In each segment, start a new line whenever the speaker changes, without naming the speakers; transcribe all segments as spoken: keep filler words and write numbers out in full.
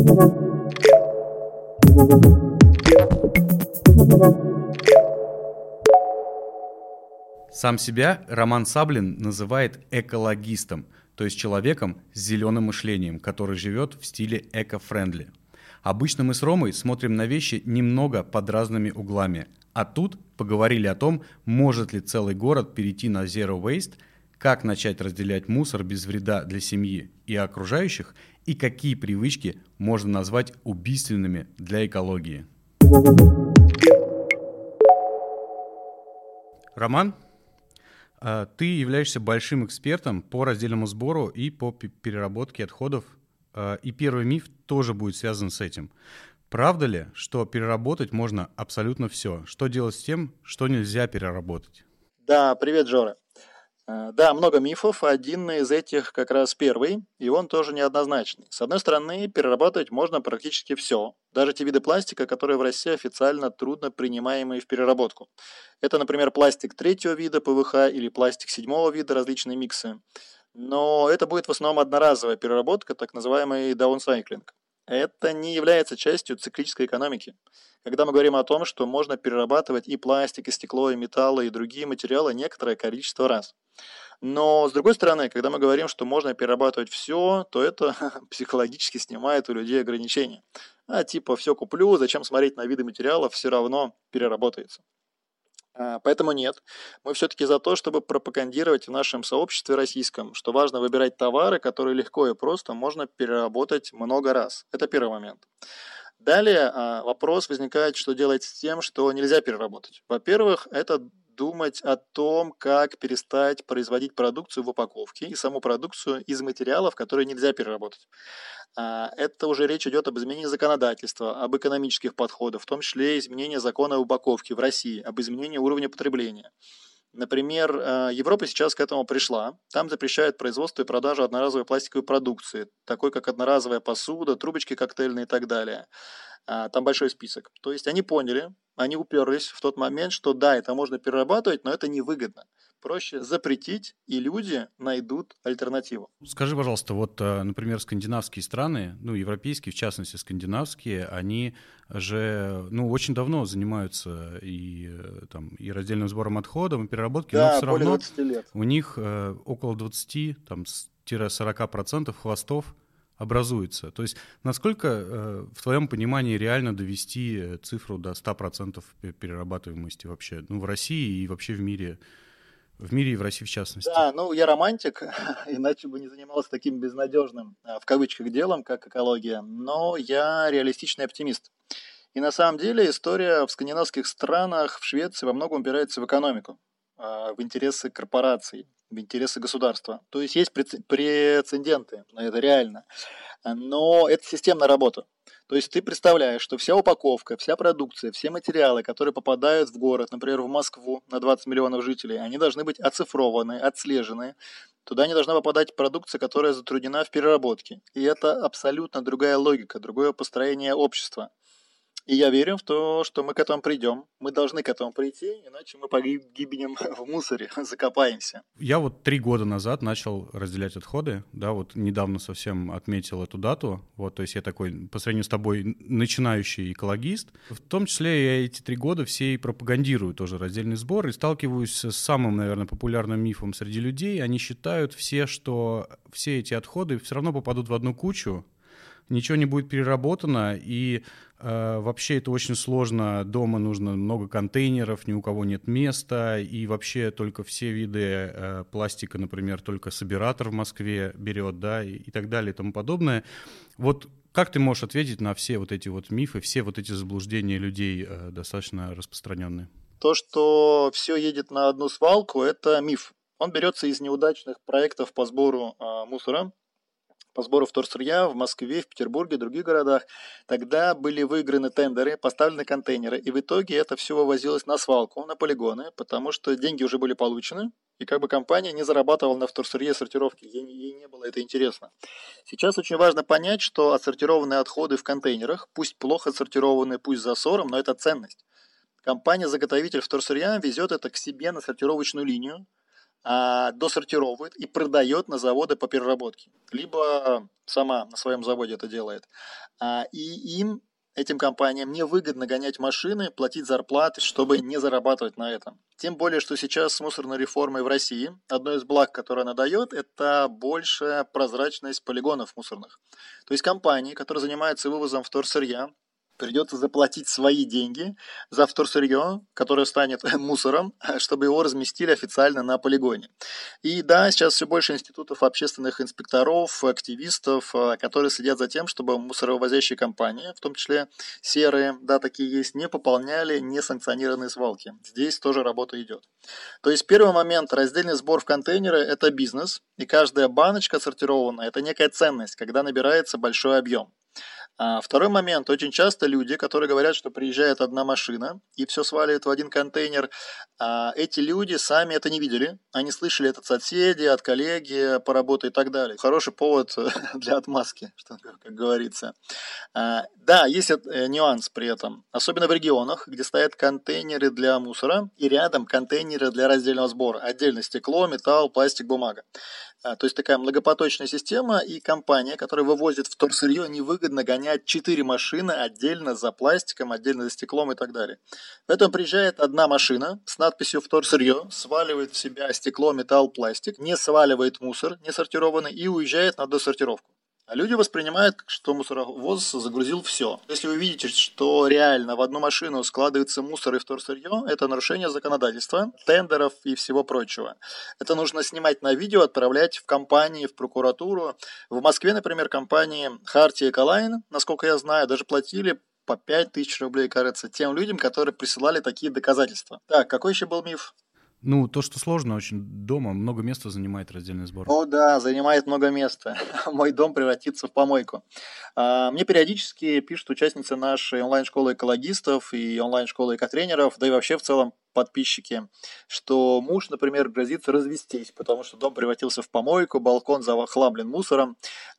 Сам себя Роман Саблин называет экологистом, то есть человеком с зеленым мышлением, который живет в стиле эко-френдли. Обычно мы с Ромой смотрим на вещи немного под разными углами, а тут поговорили о том, может ли целый город перейти на Zero Waste, как начать разделять мусор без вреда для семьи и окружающих, и какие привычки можно назвать убийственными для экологии. Роман, ты являешься большим экспертом по раздельному сбору и по переработке отходов, и первый миф тоже будет связан с этим. Правда ли, что переработать можно абсолютно все? Что делать с тем, что нельзя переработать?
Да, привет, Жора. Да, много мифов, один из этих как раз первый, и он тоже неоднозначный. С одной стороны, перерабатывать можно практически все, даже те виды пластика, которые в России официально трудно принимаемые в переработку. Это, например, пластик третьего вида ПВХ или пластик седьмого вида, различные миксы. Но это будет в основном одноразовая переработка, так называемый даунсайклинг. Это не является частью циклической экономики. Когда мы говорим о том, что можно перерабатывать и пластик, и стекло, и металлы, и другие материалы некоторое количество раз. Но, с другой стороны, когда мы говорим, что можно перерабатывать все, то это психологически снимает у людей ограничения. А типа все куплю, зачем смотреть на виды материалов, все равно переработается. Поэтому нет, мы все-таки за то, чтобы пропагандировать в нашем сообществе российском, что важно выбирать товары, которые легко и просто можно переработать много раз. Это первый момент. Далее вопрос возникает, что делать с тем, что нельзя переработать. Во-первых, это думать о том, как перестать производить продукцию в упаковке и саму продукцию из материалов, которые нельзя переработать. Это уже речь идет об изменении законодательства, об экономических подходах, в том числе изменении закона об упаковке в России, об изменении уровня потребления. Например, Европа сейчас к этому пришла. Там запрещают производство и продажу одноразовой пластиковой продукции, такой как одноразовая посуда, трубочки коктейльные и так далее. Там большой список. То есть они поняли, они уперлись в тот момент, что да, это можно перерабатывать, но это невыгодно. Проще запретить, и люди найдут альтернативу.
Скажи, пожалуйста, вот, например, скандинавские страны, ну, европейские, в частности, скандинавские, они же, ну, очень давно занимаются и, там, и раздельным сбором отходов, и переработки,
да,
но все равно
лет.
у них э, около двадцать-сорок процентов хвостов образуется. То есть насколько э, в твоем понимании реально довести цифру до ста процентов перерабатываемости вообще, ну, в России и вообще в мире? В мире и в России в частности.
Да, ну я романтик, иначе бы не занимался таким безнадежным, в кавычках, делом, как экология, но я реалистичный оптимист. И на самом деле история в скандинавских странах, в Швеции во многом упирается в экономику, в интересы корпораций, в интересы государства. То есть есть прецеденты, это реально. Но это системная работа. То есть ты представляешь, что вся упаковка, вся продукция, все материалы, которые попадают в город, например, в Москву на двадцать миллионов жителей, они должны быть оцифрованы, отслежены. Туда не должна попадать продукция, которая затруднена в переработке. И это абсолютно другая логика, другое построение общества. И я верю в то, что мы к этому придем. Мы должны к этому прийти, иначе мы погибнем в мусоре, закопаемся.
Я вот три года назад начал разделять отходы, да, вот недавно совсем отметил эту дату, вот, то есть я такой, по сравнению с тобой, начинающий экологист. В том числе я эти три года все и пропагандирую тоже раздельный сбор и сталкиваюсь с самым, наверное, популярным мифом среди людей. Они считают все, что все эти отходы все равно попадут в одну кучу, ничего не будет переработано, и э, вообще это очень сложно. Дома нужно много контейнеров, ни у кого нет места, и вообще только все виды э, пластика, например, только собиратор в Москве берет, да, и, и так далее и тому подобное. Вот как ты можешь ответить на все вот эти вот мифы, все вот эти заблуждения людей э, достаточно распространенные?
То, что все едет на одну свалку, это миф. Он берется из неудачных проектов по сбору э, мусора, по сбору вторсырья в Москве, в Петербурге, в других городах. Тогда были выиграны тендеры, поставлены контейнеры, и в итоге это все вывозилось на свалку, на полигоны, потому что деньги уже были получены, и как бы компания не зарабатывала на вторсырье сортировки, ей, ей не было это интересно. Сейчас очень важно понять, что отсортированные отходы в контейнерах, пусть плохо отсортированные, пусть с засором, но это ценность. Компания-заготовитель вторсырья везет это к себе на сортировочную линию, а, досортировывает и продает на заводы по переработке. Либо сама на своем заводе это делает. А, и им, этим компаниям, невыгодно гонять машины, платить зарплаты, чтобы не зарабатывать на этом. Тем более, что сейчас с мусорной реформой в России одно из благ, которое она дает, это большая прозрачность полигонов мусорных. То есть компании, которые занимаются вывозом вторсырья, придется заплатить свои деньги за вторсырье, которое станет мусором, чтобы его разместили официально на полигоне. И да, сейчас все больше институтов общественных инспекторов, активистов, которые следят за тем, чтобы мусоровозящие компании, в том числе серые, да, такие есть, не пополняли несанкционированные свалки. Здесь тоже работа идет. То есть первый момент, раздельный сбор в контейнеры – это бизнес, и каждая баночка отсортированная – это некая ценность, когда набирается большой объем. А второй момент. Очень часто люди, которые говорят, что приезжает одна машина и все сваливает в один контейнер, а эти люди сами это не видели. Они слышали это от соседей, от коллеги по работе и так далее. Хороший повод для отмазки, что, как говорится. А, да, есть нюанс при этом. Особенно в регионах, где стоят контейнеры для мусора и рядом контейнеры для раздельного сбора. Отдельно стекло, металл, пластик, бумага. То есть такая многопоточная система, и компания, которая вывозит вторсырье, невыгодно гонять четыре машины отдельно за пластиком, отдельно за стеклом и так далее. Поэтому приезжает одна машина с надписью «вторсырье», сваливает в себя стекло, металл, пластик, не сваливает мусор несортированный и уезжает на досортировку. А люди воспринимают, что мусоровоз загрузил все. Если вы видите, что реально в одну машину складывается мусор и вторсырье, это нарушение законодательства, тендеров и всего прочего. Это нужно снимать на видео, отправлять в компании, в прокуратуру. В Москве, например, компании Хартия и Эколайн, насколько я знаю, даже платили по пять тысяч рублей, кажется, тем людям, которые присылали такие доказательства. Так, какой еще был миф?
Ну, то, что сложно очень дома, много места занимает раздельный сбор.
О, да, занимает много места. Мой дом превратится в помойку. Мне периодически пишут участницы нашей онлайн-школы экологистов и онлайн-школы экотренеров, да и вообще в целом подписчики, что муж, например, грозится развестись, потому что дом превратился в помойку, балкон захламлен мусором.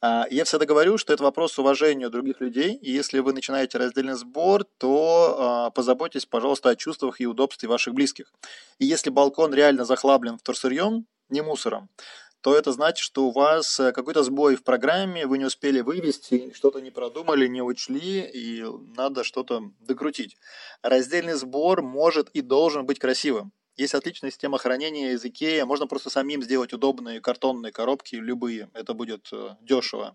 Я всегда говорю, что это вопрос уважения других людей, и если вы начинаете раздельный сбор, то позаботьтесь, пожалуйста, о чувствах и удобстве ваших близких. И если балкон реально захламлен вторсырьем, не мусором, то это значит, что у вас какой-то сбой в программе, вы не успели вывести, что-то не продумали, не учли, и надо что-то докрутить. Раздельный сбор может и должен быть красивым. Есть отличная система хранения из Икеа, можно просто самим сделать удобные картонные коробки, любые, это будет дешево.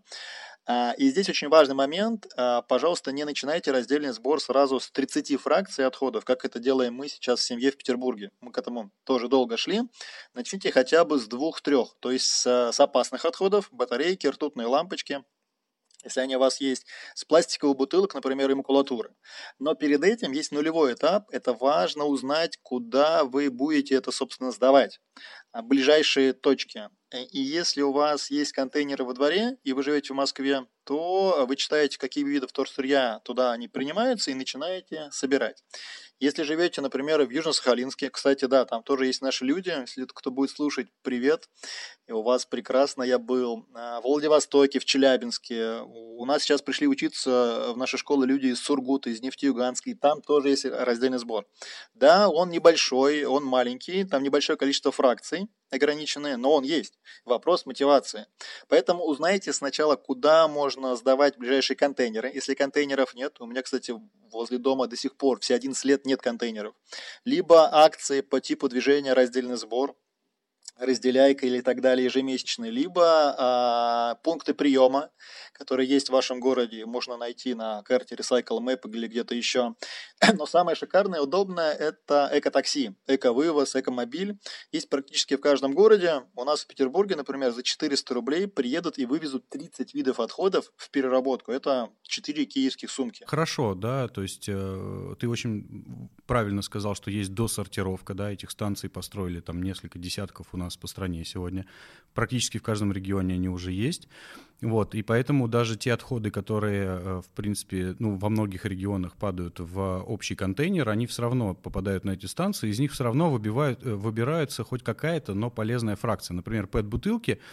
И здесь очень важный момент, пожалуйста, не начинайте раздельный сбор сразу с тридцати фракций отходов, как это делаем мы сейчас в семье в Петербурге. Мы к этому тоже долго шли. Начните хотя бы с двух-трех, то есть с опасных отходов, батарейки, ртутные лампочки, если они у вас есть, с пластиковых бутылок, например, и макулатуры. Но перед этим есть нулевой этап, это важно узнать, куда вы будете это, собственно, сдавать, ближайшие точки. И если у вас есть контейнеры во дворе, и вы живете в Москве, то вы читаете, какие виды вторсырья туда они принимаются, и начинаете собирать. Если живете, например, в Южно-Сахалинске, кстати, да, там тоже есть наши люди, если кто будет слушать, привет, и у вас прекрасно, я был в Владивостоке, в Челябинске, у нас сейчас пришли учиться в наши школы люди из Сургута, из Нефтеюганска, и там тоже есть раздельный сбор. Да, он небольшой, он маленький, там небольшое количество фракций ограниченные, но он есть. Вопрос мотивации. Поэтому узнайте сначала, куда можно сдавать ближайшие контейнеры. Если контейнеров нет, у меня, кстати, возле дома до сих пор все одиннадцать лет нет контейнеров. Либо акции по типу движения раздельный сбор, разделяйка или так далее ежемесячные, либо а, пункты приема, которые есть в вашем городе, можно найти на карте Recycle Map или где-то еще. Но самое шикарное и удобное – это экотакси, эковывоз, экомобиль. Есть практически в каждом городе. У нас в Петербурге, например, за четыреста рублей приедут и вывезут тридцать видов отходов в переработку. Это четыре киевских сумки.
Хорошо, да, то есть э, ты очень правильно сказал, что есть досортировка, да, этих станций построили там несколько десятков у нас по стране сегодня. Практически в каждом регионе они уже есть. Вот, и поэтому даже те отходы, которые, в принципе, ну, во многих регионах падают в общий контейнер, они все равно попадают на эти станции, из них все равно выбивают, выбираются хоть какая-то, но полезная фракция. Например, пэт-бутылки —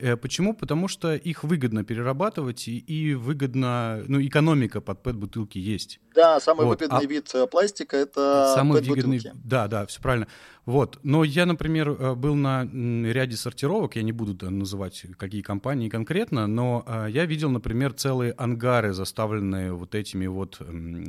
Почему? Потому что их выгодно перерабатывать, и, и выгодно, ну, экономика под пэт-бутылки есть.
Да, самый
вот.
выгодный
а...
вид пластика – это
Самый
пэт-бутылки.
выгодный, да, да, все правильно. Вот. Но я, например, был на ряде сортировок, я не буду называть, какие компании конкретно, но я видел, например, целые ангары, заставленные вот этими вот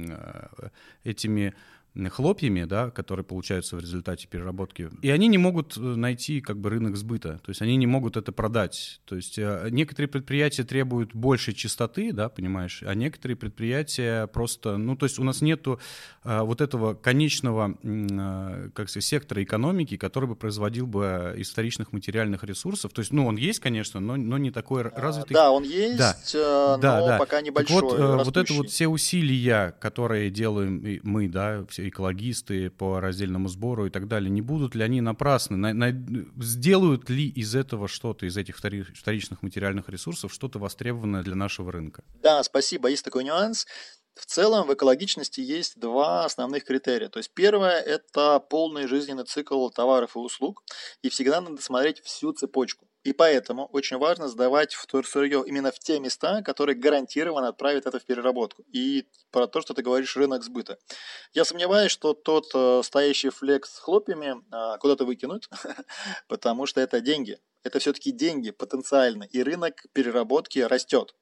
этими хлопьями, да, которые получаются в результате переработки, и они не могут найти как бы рынок сбыта, то есть они не могут это продать. То есть некоторые предприятия требуют большей чистоты, да, понимаешь, а некоторые предприятия просто, ну, то есть у нас нету а, вот этого конечного, а, как сказать, сектора экономики, который бы производил бы из вторичных материальных ресурсов. То есть, ну, он есть, конечно, но, но не такой развитый.
Да, он есть,
да.
но
да, да.
пока небольшой,
так вот,
растущий.
вот это вот все усилия, которые делаем мы, да, все экологисты по раздельному сбору и так далее, не будут ли они напрасны? На, на, сделают ли из этого что-то, из этих втори, вторичных материальных ресурсов, что-то востребованное для нашего рынка?
Да, спасибо. Есть такой нюанс. В целом в экологичности есть два основных критерия. То есть первое – это полный жизненный цикл товаров и услуг. И всегда надо смотреть всю цепочку. И поэтому очень важно сдавать вторсырье именно в те места, которые гарантированно отправят это в переработку. И про то, что ты говоришь, рынок сбыта. Я сомневаюсь, что тот э, стоящий флекс с хлопьями э, куда-то выкинут, потому что это деньги. Это все-таки деньги потенциально. И рынок переработки растет.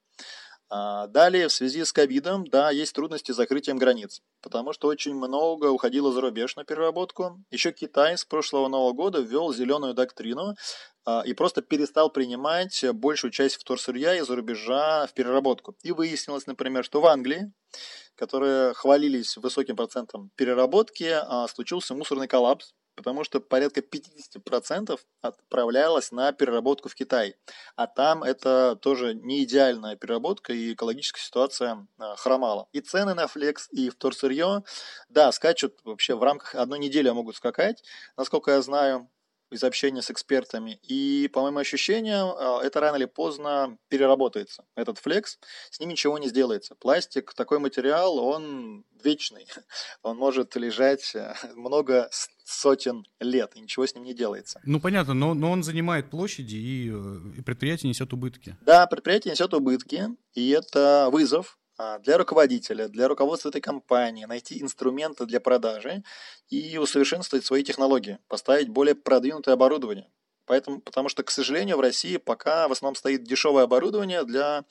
Далее, в связи с ковидом, да, есть трудности с закрытием границ, потому что очень много уходило за рубеж на переработку. Еще Китай с прошлого Нового года ввел зеленую доктрину а, и просто перестал принимать большую часть вторсырья из-за рубежа в переработку. И выяснилось, например, что в Англии, которые хвалились высоким процентом переработки, а, случился мусорный коллапс, потому что порядка пятьдесят процентов отправлялось на переработку в Китай. А там это тоже не идеальная переработка, и экологическая ситуация хромала. И цены на флекс, и вторсырье, да, скачут вообще в рамках одной недели могут скакать, насколько я знаю, из общения с экспертами. И, по моим ощущениям, это рано или поздно переработается. Этот флекс, с ним ничего не сделается. Пластик, такой материал, он вечный. Он может лежать много сотен лет, и ничего с ним не делается.
Ну, понятно, но, но он занимает площади, и, и предприятие несет убытки.
Да, предприятие несет убытки, и это вызов для руководителя, для руководства этой компании, найти инструменты для продажи и усовершенствовать свои технологии, поставить более продвинутое оборудование. Поэтому, потому что, к сожалению, в России пока в основном стоит дешевое оборудование для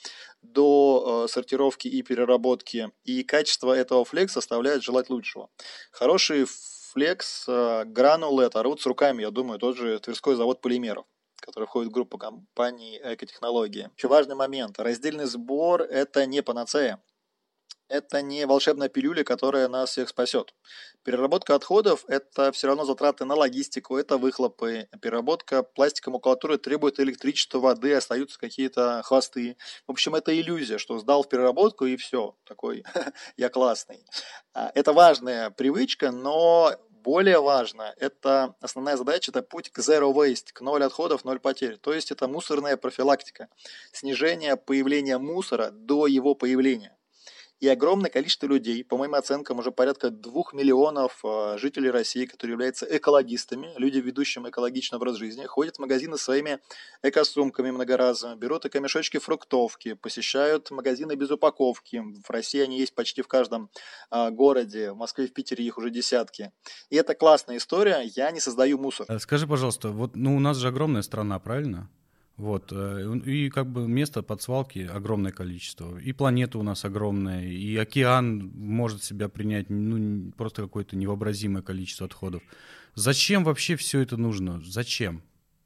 до сортировки и переработки, и качество этого флекса оставляет желать лучшего. Хороший флекс, гранулы оторвут с руками, я думаю, тот же Тверской завод полимеров, который входит в группу компаний «Экотехнологии». Еще важный момент. Раздельный сбор – это не панацея. Это не волшебная пилюля, которая нас всех спасет. Переработка отходов – это все равно затраты на логистику, это выхлопы. Переработка пластиковой макулатуры требует электричества, воды, остаются какие-то хвосты. В общем, это иллюзия, что сдал в переработку и все, такой я классный. Это важная привычка, но более важно, это основная задача, это путь к zero waste, к ноль отходов, ноль потерь. То есть это мусорная профилактика, снижение появления мусора до его появления. И огромное количество людей, по моим оценкам, уже порядка двух миллионов жителей России, которые являются экологистами, люди, ведущим экологичный образ жизни, ходят в магазины со своими экосумками многоразовыми, берут эко-мешочки фруктовки, посещают магазины без упаковки. В России они есть почти в каждом городе, в Москве, в Питере их уже десятки. И это классная история, я не создаю мусор.
Скажи, пожалуйста, вот ну, у нас же огромная страна, правильно? Вот, и как бы места под свалки огромное количество, и планета у нас огромная, и океан может в себя принять ну, просто какое-то невообразимое количество отходов. Зачем вообще все это нужно? Зачем?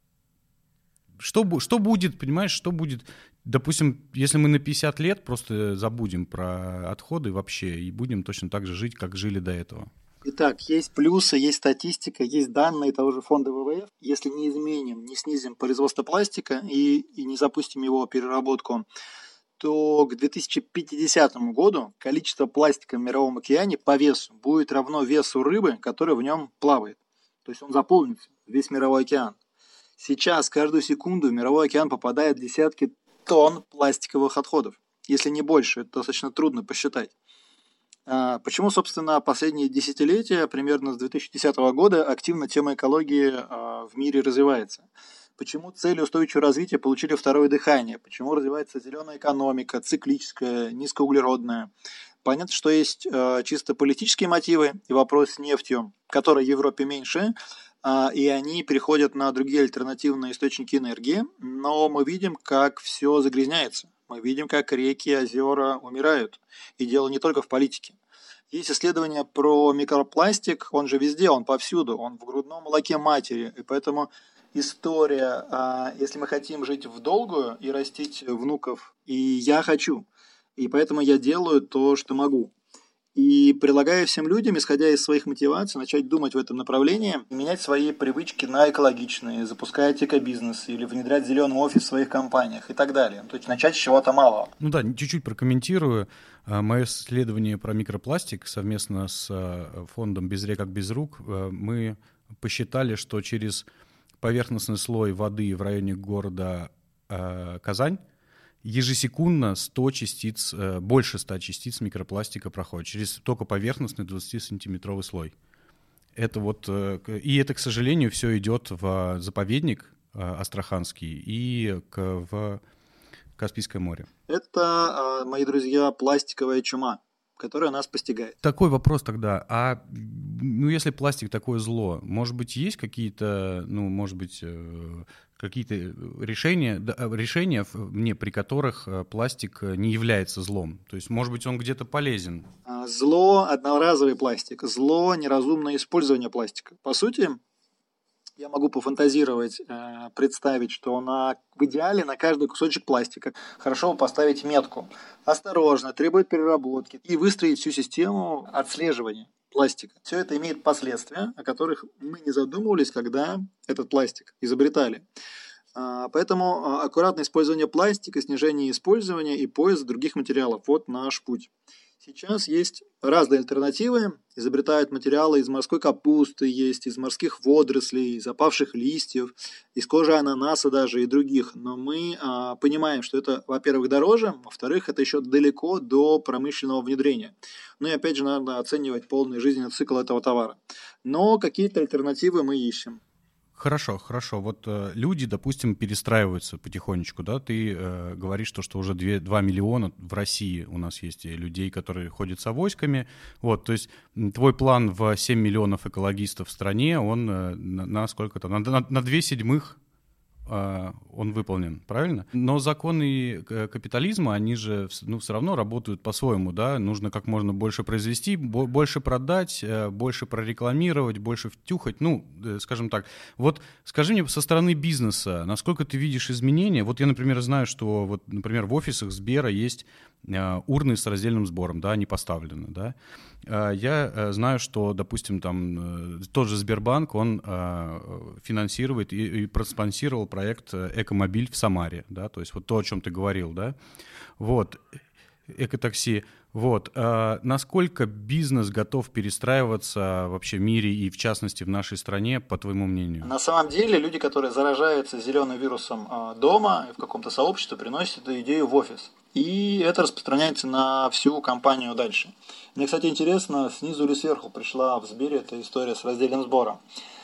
Что, что будет, понимаешь, что будет, допустим, если мы на пятьдесят лет просто забудем про отходы вообще и будем точно так же жить, как жили до этого?
Итак, есть плюсы, есть статистика, есть данные того же фонда вэ вэ эф. Если не изменим, не снизим производство пластика и, и не запустим его переработку, то к две тысячи пятидесятому году количество пластика в мировом океане по весу будет равно весу рыбы, которая в нем плавает. То есть он заполнит весь мировой океан. Сейчас каждую секунду в мировой океан попадает десятки тонн пластиковых отходов. Если не больше, это достаточно трудно посчитать. Почему, собственно, последние десятилетия, примерно с две тысячи десятого года, активно тема экологии в мире развивается? Почему цели устойчивого развития получили второе дыхание? Почему развивается зеленая экономика, циклическая, низкоуглеродная? Понятно, что есть э, чисто политические мотивы и вопрос с нефтью, которой в Европе меньше, э, и они переходят на другие альтернативные источники энергии, но мы видим, как все загрязняется. Мы видим, как реки, озера умирают. И дело не только в политике. Есть исследования про микропластик, он же везде, он повсюду, он в грудном молоке матери, и поэтому история, а, если мы хотим жить в долгую и растить внуков, и я хочу, и поэтому я делаю то, что могу. И предлагаю всем людям, исходя из своих мотиваций, начать думать в этом направлении, менять свои привычки на экологичные, запускать экобизнес или внедрять зеленый офис в своих компаниях и так далее. То есть начать с чего-то малого.
Ну да, чуть-чуть прокомментирую. Мое исследование про микропластик совместно с фондом «Без рек, как без рук» мы посчитали, что через поверхностный слой воды в районе города Казань ежесекундно сто частиц, больше ста частиц микропластика проходит через только поверхностный двадцатисантиметровый слой. Это вот, и это, к сожалению, все идет в заповедник Астраханский и в Каспийское море.
Это, мои друзья, пластиковая чума, которая нас постигает.
Такой вопрос тогда. А ну, если пластик такое зло, может быть, есть какие-то, ну, может быть, какие-то решения, решения, не, при которых пластик не является злом? То есть, может быть, он где-то полезен?
Зло – одноразовый пластик. Зло – неразумное использование пластика. По сути, я могу пофантазировать, представить, что на, в идеале на каждый кусочек пластика хорошо поставить метку. Осторожно, требует переработки и выстроить всю систему отслеживания пластика. Все это имеет последствия, о которых мы не задумывались, когда этот пластик изобретали. Поэтому аккуратное использование пластика, снижение использования и поиск других материалов – вот наш путь. Сейчас есть разные альтернативы. Изобретают материалы из морской капусты, есть из морских водорослей, из опавших листьев, из кожи ананаса даже и других. Но мы а, понимаем, что это, во-первых, дороже, во-вторых, это еще далеко до промышленного внедрения. Ну и опять же, надо оценивать полный жизненный цикл этого товара. Но какие-то альтернативы мы ищем.
Хорошо, хорошо. Вот э, люди, допустим, перестраиваются потихонечку, да? Ты э, говоришь, что, что уже два миллиона в России у нас есть людей, которые ходят с авоськами. Вот, то есть твой план в семь миллионов экологистов в стране, он э, на, на сколько-то? На, на, на две седьмых э, он выполнен, правильно? Но законы капитализма, они же ну, все равно работают по-своему, да? Нужно как можно больше произвести, бо- больше продать, э, больше прорекламировать, больше втюхать, ну, э, скажем так. Вот скажи мне со стороны бизнеса, насколько ты видишь изменения? Вот я, например, знаю, что, вот, например, в офисах Сбера есть э, урны с раздельным сбором, да, они поставлены, да. Э, я э, знаю, что, допустим, там э, тот же Сбербанк, он э, финансирует и, и проспонсировал проект «Экомобиль» в Самаре, да, то есть вот то, о чем ты говорил, да, вот, экотакси. Вот. А насколько бизнес готов перестраиваться вообще в мире и, в частности, в нашей стране, по твоему мнению?
На самом деле, люди, которые заражаются зеленым вирусом дома, в каком-то сообществе, приносят эту идею в офис. И это распространяется на всю компанию дальше. Мне, кстати, интересно, снизу или сверху пришла в Сбере эта история с раздельным сбором.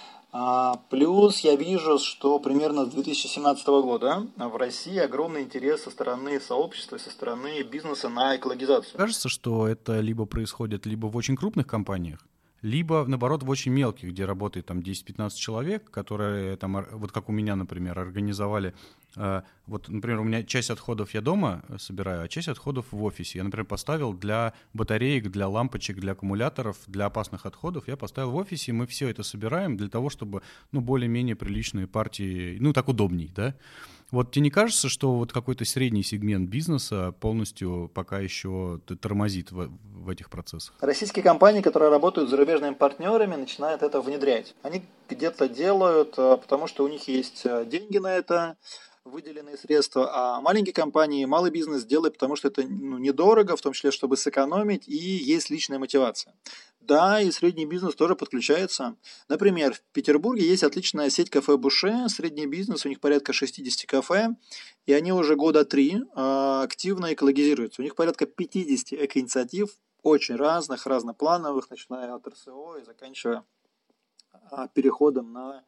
А, плюс я вижу, что примерно с две тысячи семнадцатого года в России огромный интерес со стороны сообщества, со стороны бизнеса на экологизацию.
Кажется, что это либо происходит либо в очень крупных компаниях, либо, наоборот, в очень мелких, где работает там десять-пятнадцать человек, которые, там, вот как у меня, например, организовали, э, вот, например, у меня часть отходов я дома собираю, а часть отходов в офисе. Я, например, поставил для батареек, для лампочек, для аккумуляторов, для опасных отходов, я поставил в офисе, и мы все это собираем для того, чтобы, ну, более-менее приличные партии, ну, так удобней, да. Вот тебе не кажется, что вот какой-то средний сегмент бизнеса полностью пока еще тормозит в, в этих процессах?
Российские компании, которые работают с зарубежными партнерами, начинают это внедрять. Они где-то делают, потому что у них есть деньги на это, выделенные средства, а маленькие компании, малый бизнес делают, потому что это ну, недорого, в том числе, чтобы сэкономить, и есть личная мотивация. Да, и средний бизнес тоже подключается. Например, в Петербурге есть отличная сеть кафе «Буше», средний бизнес, у них порядка шестьдесят кафе, и они уже года три э, активно экологизируются. У них порядка пятьдесят экоинициатив, очень разных, разноплановых, начиная от эр эс о и заканчивая э, переходом на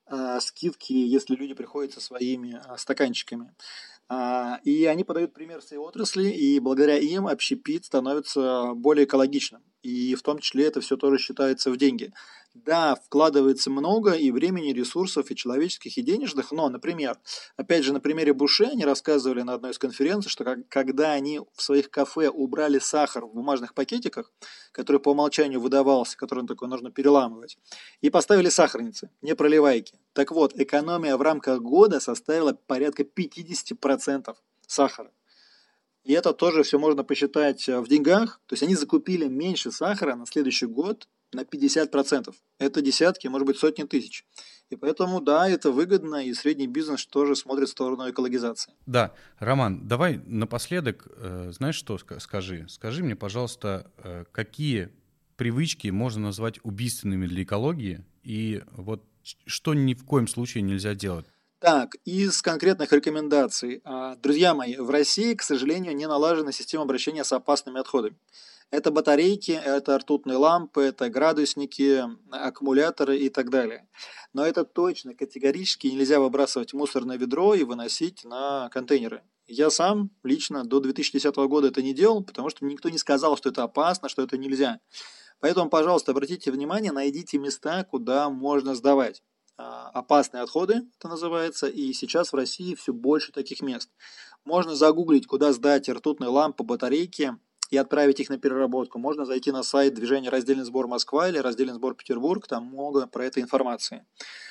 а, скидки, если люди приходят со своими а, стаканчиками. А, И они подают пример своей отрасли, и благодаря им общепит становится более экологичным. И в том числе это все тоже считается в деньги. Да, вкладывается много и времени, и ресурсов, и человеческих, и денежных, но, например, опять же, на примере Буше они рассказывали на одной из конференций, что как- когда они в своих кафе убрали сахар в бумажных пакетиках, который по умолчанию выдавался, который такой нужно переламывать, и поставили сахарницы, не проливайки. Так вот, экономия в рамках года составила порядка пятьдесят процентов сахара. И это тоже все можно посчитать э, в деньгах. То есть они закупили меньше сахара на следующий год на пятьдесят процентов. Это десятки, может быть, сотни тысяч. И поэтому, да, это выгодно, и средний бизнес тоже смотрит в сторону экологизации.
Да, Роман, давай напоследок, э, знаешь что, ска- скажи? Скажи мне, пожалуйста, э, какие привычки можно назвать убийственными для экологии, и вот ч- что ни в коем случае нельзя делать?
Так, из конкретных рекомендаций. А, Друзья мои, в России, к сожалению, не налажена система обращения с опасными отходами. Это батарейки, это ртутные лампы, это градусники, аккумуляторы и так далее. Но это точно категорически нельзя выбрасывать в мусорное ведро и выносить на контейнеры. Я сам лично до две тысячи десятого года это не делал, потому что никто не сказал, что это опасно, что это нельзя. Поэтому, пожалуйста, обратите внимание, найдите места, куда можно сдавать. А, Опасные отходы, это называется, и сейчас в России все больше таких мест. Можно загуглить, куда сдать ртутные лампы, батарейки и отправить их на переработку. Можно зайти на сайт движения «Раздельный сбор Москва» или «Раздельный сбор Петербург», там много про это информации.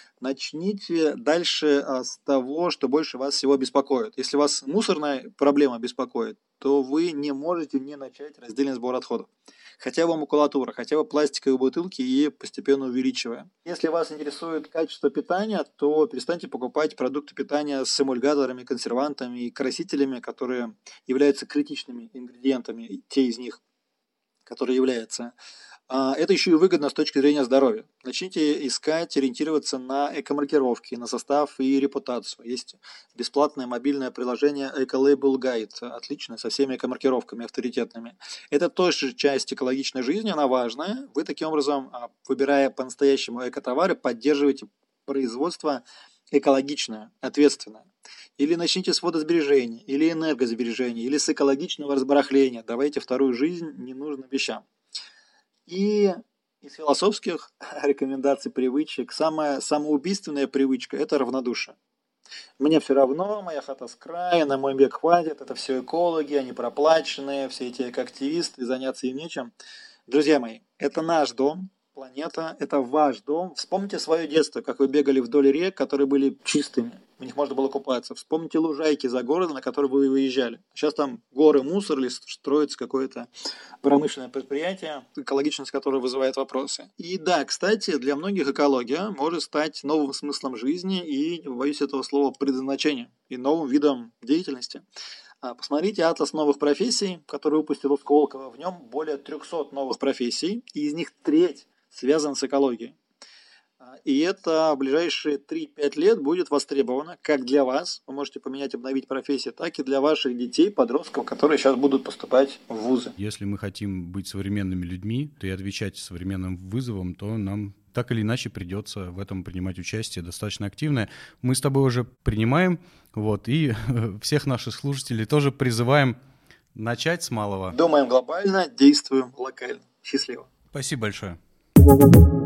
Начните дальше а, с того, что больше вас всего беспокоит. Если вас мусорная проблема беспокоит, то вы не можете не начать раздельный сбор отходов. Хотя бы макулатура, хотя бы пластиковые бутылки и постепенно увеличивая. Если вас интересует качество питания, то перестаньте покупать продукты питания с эмульгаторами, консервантами и красителями, которые являются критичными ингредиентами, те из них, которые являются. А, Это еще и выгодно с точки зрения здоровья. Начните искать, ориентироваться на экомаркировки, на состав и репутацию. Есть бесплатное мобильное приложение Ecolabel Guide, отличное, со всеми экомаркировками авторитетными. Это тоже часть экологичной жизни, она важная. Вы таким образом, а, выбирая по-настоящему экотовары, поддерживаете производство экологичное, ответственное. Или начните с водосбережения, или энергосбережения, или с экологичного разбарахления. Давайте вторую жизнь ненужным вещам. И из философских рекомендаций, привычек, самая самоубийственная привычка – это равнодушие. Мне все равно, моя хата с края, на мой век хватит, это все экологи, они проплаченные, все эти активисты, заняться им нечем. Друзья мои, это наш дом, планета, это ваш дом. Вспомните свое детство, как вы бегали вдоль рек, которые были чистыми, в них можно было купаться. Вспомните лужайки за городом, на которые вы выезжали. Сейчас там горы мусор или строится какое-то промышленное предприятие, экологичность которого вызывает вопросы. И да, кстати, для многих экология может стать новым смыслом жизни и, не боюсь этого слова, предназначением и новым видом деятельности. А, Посмотрите атлас новых профессий, который выпустил Сколково. В нем более трехсот новых профессий, и из них треть связана с экологией. А, И это в ближайшие три-пять лет будет востребовано как для вас, вы можете поменять, обновить профессию, так и для ваших детей, подростков, которые сейчас будут поступать в вузы.
Если мы хотим быть современными людьми, то и отвечать современным вызовам, то нам так или иначе придется в этом принимать участие достаточно активное. Мы с тобой уже принимаем, вот, и всех наших слушателей тоже призываем начать с малого.
Думаем глобально, действуем локально. Счастливо.
Спасибо большое.